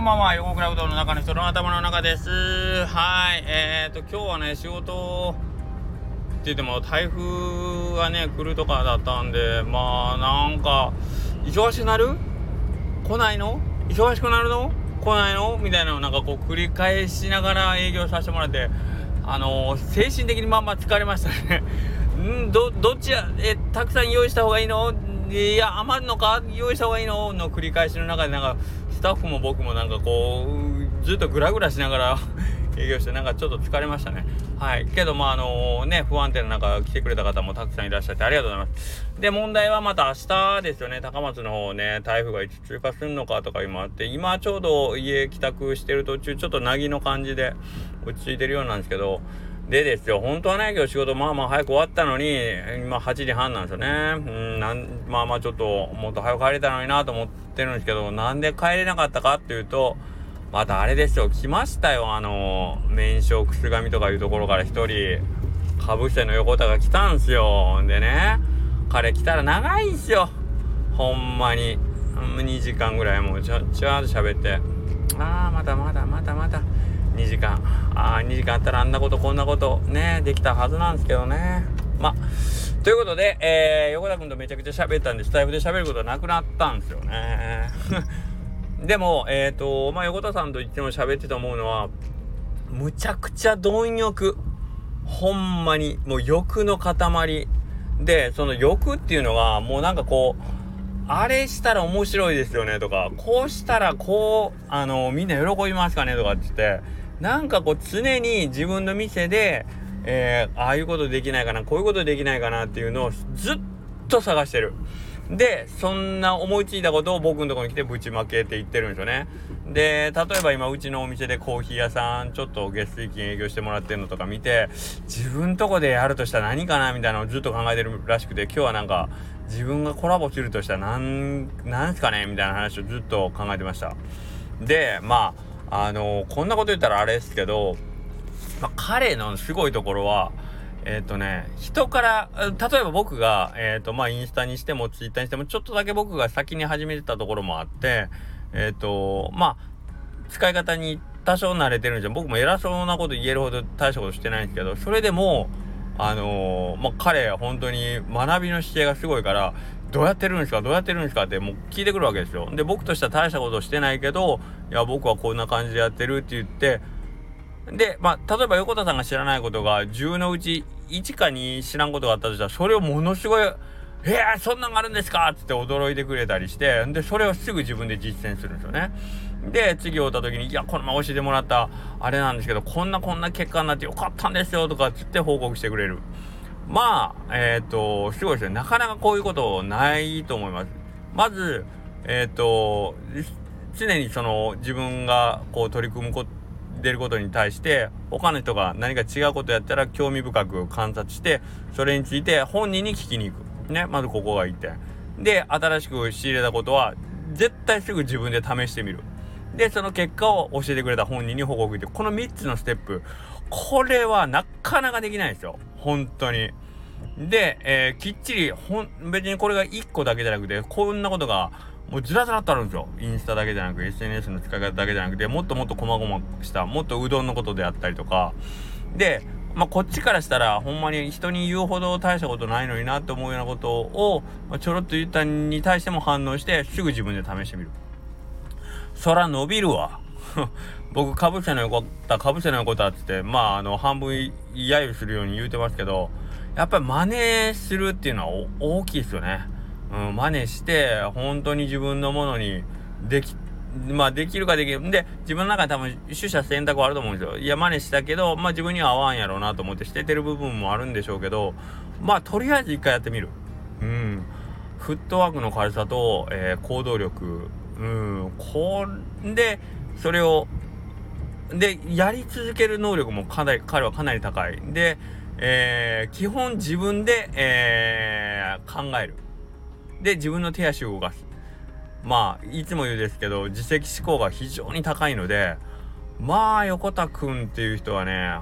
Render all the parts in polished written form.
んばんは。横倉うどんの中の人の頭の中です。はい。今日はね、仕事って言っても台風がね、来るとかだったんで、なんか、忙しくなる？来ないの？忙しくなるの？来ないの？みたいなのをなんかこう繰り返しながら営業させてもらって、精神的に疲れましたね。どっちや、たくさん用意した方がいいの？いや、余るのか？用意した方がいいの？の繰り返しの中でなんか、スタッフも僕もなんかこう、ずっとグラグラしながら営業してなんかちょっと疲れましたね。はい。けど不安定な中来てくれた方もたくさんいらっしゃってありがとうございます。で、問題はまた明日ですよね。高松の方ね、台風がいつ通過するのかとか今あって、今ちょうど家帰宅してる途中、ちょっとなぎの感じで落ち着いてるようなんですけど、でですよ、本当はね、今日仕事早く終わったのに、今8時半なんですよね。ちょっともっと早く帰れたのになと思ってるんですけど、なんで帰れなかったかっていうと、またあれですよ、来ましたよ、麺匠くすがみとかいうところから一人、かぶせの横田が来たんすよ。でね、彼来たら長いんすよ。ほんまに。2時間ぐらいもうちゃんと喋って。また。2時間あったらあんなことこんなことねできたはずなんですけどね。ということで、横田くんとめちゃくちゃ喋ったんでスタイフで喋ることはなくなったんですよね。でも横田さんといっても喋ってと思うのは、むちゃくちゃ貪欲、ほんまにもう欲の塊で、その欲っていうのがもうなんかこう、あれしたら面白いですよねとか、こうしたらこうみんな喜びますかねとかって言って、なんかこう常に自分の店で、ああいうことできないかな、こういうことできないかなっていうのをずっと探してる。で、そんな思いついたことを僕のところに来てぶちまけって言ってるんですよね。で、例えば今うちのお店でコーヒー屋さんちょっと月水金営業してもらってるのとか見て、自分とこでやるとしたら何かなみたいなのをずっと考えてるらしくて、今日はなんか自分がコラボするとしたらなんすかねみたいな話をずっと考えてました。で、こんなこと言ったらあれですけど、彼のすごいところは人から例えば僕がインスタにしてもツイッターにしてもちょっとだけ僕が先に始めてたところもあって、使い方に多少慣れてるんですよ。僕も偉そうなこと言えるほど大したことしてないんですけど、それでも彼は本当に学びの姿勢がすごいから、どうやってるんですかってもう聞いてくるわけですよ。で、僕としては大したことしてないけど、いや僕はこんな感じでやってるって言って、で、例えば横田さんが知らないことが10のうち1か2知らんことがあったとしたら、それをものすごいそんなんがあるんですかって驚いてくれたりして、でそれをすぐ自分で実践するんですよね。で、次会った時に、いやこの前教えてもらったあれなんですけど、こんな結果になってよかったんですよとかつって報告してくれる。すごいですね。なかなかこういうことないと思います。まず常にその自分がこう取り組む出ることに対して他の人が何か違うことやったら興味深く観察して、それについて本人に聞きに行くね。まずここが1点で、新しく仕入れたことは絶対すぐ自分で試してみる。で、その結果を教えてくれた本人に報告って、この3つのステップ、これはなかなかできないですよ、本当に。で、きっちり別にこれが1個だけじゃなくて、こんなことがもうずらずらっとあるんですよ。インスタだけじゃなく SNS の使い方だけじゃなくて、もっともっと細々したもっとうどんのことであったりとかで、こっちからしたらほんまに人に言うほど大したことないのになって思うようなことを、ちょろっと言ったに対しても反応してすぐ自分で試してみる。そら伸びるわ。僕かぶせの横田っつって半分揶揄するように言うてますけど、やっぱり真似するっていうのは大きいですよね。真似して本当に自分のものにできるかできるんで、自分の中で多分取捨選択はあると思うんですよ。いや真似したけど自分には合わんやろうなと思って捨ててる部分もあるんでしょうけど、とりあえず一回やってみる。フットワークの軽さと、行動力、でそれをでやり続ける能力も彼はかなり高いで、基本自分で、考える。で自分の手足を動かす。いつも言うですけど自責思考が非常に高いので、横田くんっていう人はね、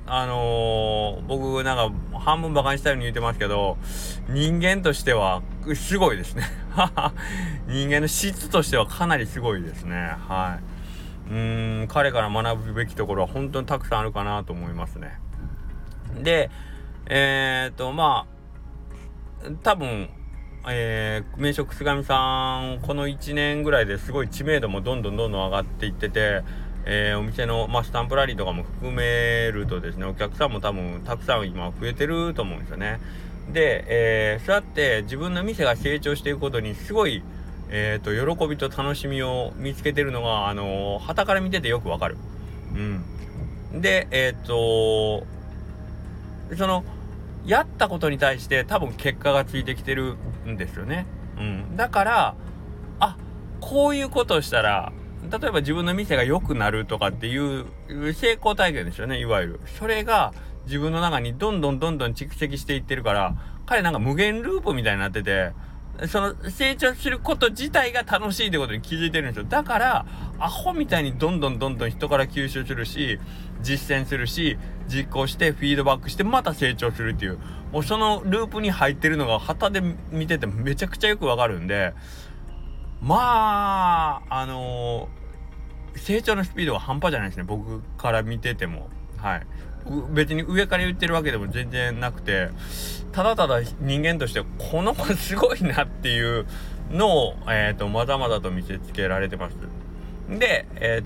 僕なんか半分バカにしたように言ってますけど、人間としてはすごいですね。人間の質としてはかなりすごいですね。はい。 彼から学ぶべきところは本当にたくさんあるかなと思いますね。でまあ多分名職菅上さんこの1年ぐらいですごい知名度もどんどん上がっていってて、お店の、スタンプラリーとかも含めるとですね、お客さんも多分たくさん今増えてると思うんですよね。で、そうやって自分の店が成長していくことにすごい、喜びと楽しみを見つけてるのが傍から見ててよくわかる。でそのやったことに対して多分結果がついてきてるんですよね。だからこういうことをしたら例えば自分の店が良くなるとかっていう成功体験ですよね、いわゆる。それが自分の中にどんどん蓄積していってるから、彼なんか無限ループみたいになってて、その成長すること自体が楽しいってことに気づいてるんですよ。だからアホみたいにどんどん人から吸収するし、実践するし、実行してフィードバックしてまた成長するっていう、もうそのループに入ってるのが旗で見ててめちゃくちゃよくわかるんで、成長のスピードは半端じゃないですね、僕から見てても。別に上から言ってるわけでも全然なくて、ただ人間としてこの子すごいなっていうのをまだまだと見せつけられてます。で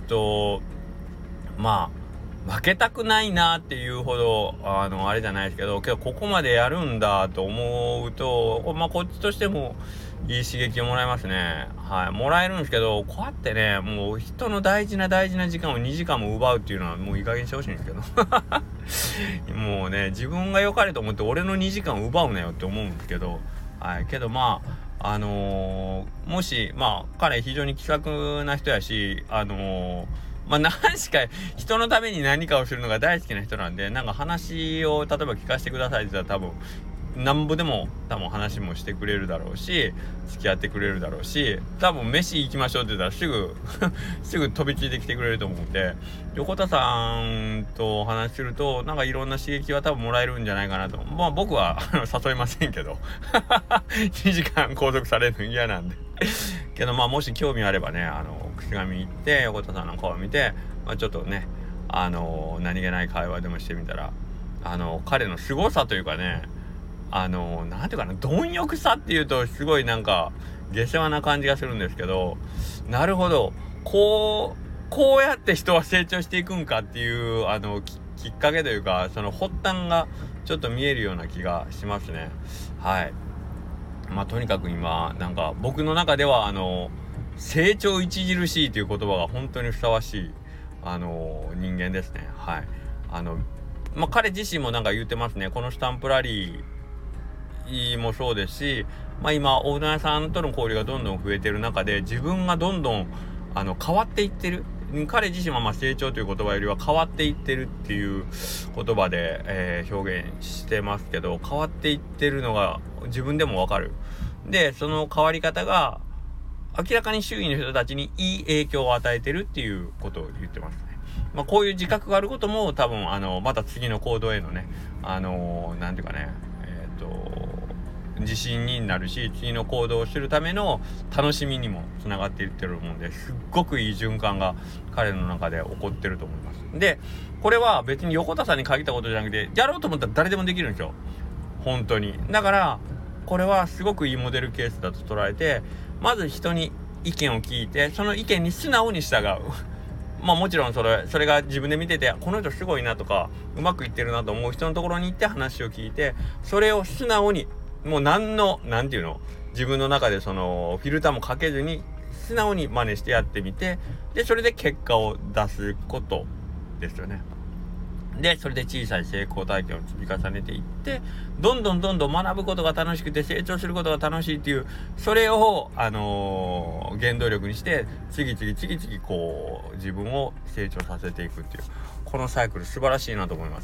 負けたくないなっていうほどあれじゃないですけど、けどここまでやるんだと思うとこっちとしてもいい刺激をもらえますね。もらえるんですけど、こうやってね、もう人の大事な時間を2時間も奪うっていうのはもういい加減にしてほしいんですけどもうね、自分が良かれと思って俺の2時間を奪うなよって思うんですけど、けどもし彼非常に気さくな人やし何しか人のために何かをするのが大好きな人なんで、なんか話を例えば聞かせてくださいって言ったら多分なんぼでも話もしてくれるだろうし、付き合ってくれるだろうし、多分飯行きましょうって言ったらすぐ飛びついてきてくれると思うんで、横田さんとお話しするとなんかいろんな刺激は多分もらえるんじゃないかなと。僕は誘いませんけど2時間拘束されるの嫌なんでけどもし興味あればね、串上行って横田さんの顔を見て、ちょっとね何気ない会話でもしてみたら彼の凄さというかね、なんていうかな、貪欲さっていうとすごいなんか下世話な感じがするんですけど、なるほど、こうやって人は成長していくんかっていうきっかけというか、その発端がちょっと見えるような気がしますね。とにかく今なんか僕の中では成長著しいという言葉が本当にふさわしい人間ですね。彼自身もなんか言ってますね。このスタンプラリーもそうですし、今オーナーさんとの交流がどんどん増えてる中で自分がどんどん変わっていってる。彼自身は成長という言葉よりは変わっていってるっていう言葉で、表現してますけど、変わっていってるのが自分でもわかる。でその変わり方が明らかに周囲の人たちにいい影響を与えてるっていうことを言ってますね。こういう自覚があることも多分また次の行動へのねなんていうかね自信になるし、次の行動をするための楽しみにもつながっていってると思うんで、すっごくいい循環が彼の中で起こってると思います。でこれは別に横田さんに限ったことじゃなくて、やろうと思ったら誰でもできるんですよ、本当に。だからこれはすごくいいモデルケースだと捉えて、まず人に意見を聞いて、その意見に素直に従うもちろんそれが自分で見ててこの人すごいなとかうまくいってるなと思う人のところに行って話を聞いて、それを素直にもうなんていうの、自分の中でそのフィルターもかけずに素直に真似してやってみて、でそれで結果を出すことですよね。でそれで小さい成功体験を積み重ねていって、どんどん学ぶことが楽しくて成長することが楽しいっていう、それを原動力にして次々こう自分を成長させていくっていう、このサイクル素晴らしいなと思いますね。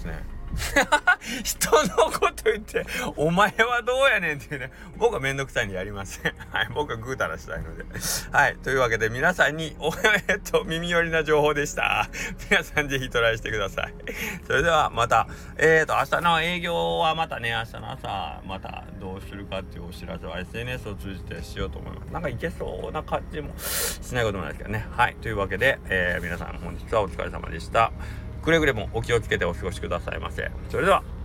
人のこと言ってお前はどうやねんっていうね、僕はめんどくさいんでやりません。はい、僕はぐうたらしたいので。はい、というわけで皆さんに耳寄りな情報でした。皆さんぜひトライしてください。それではまた明日の営業はまたね、明日の朝またどうするかっていうお知らせは SNS を通じてしようと思います。なんかいけそうな感じもしないこともないですけどね。はい、というわけで、皆さん本日はお疲れ様でした。くれぐれもお気をつけてお過ごしくださいませ。それでは。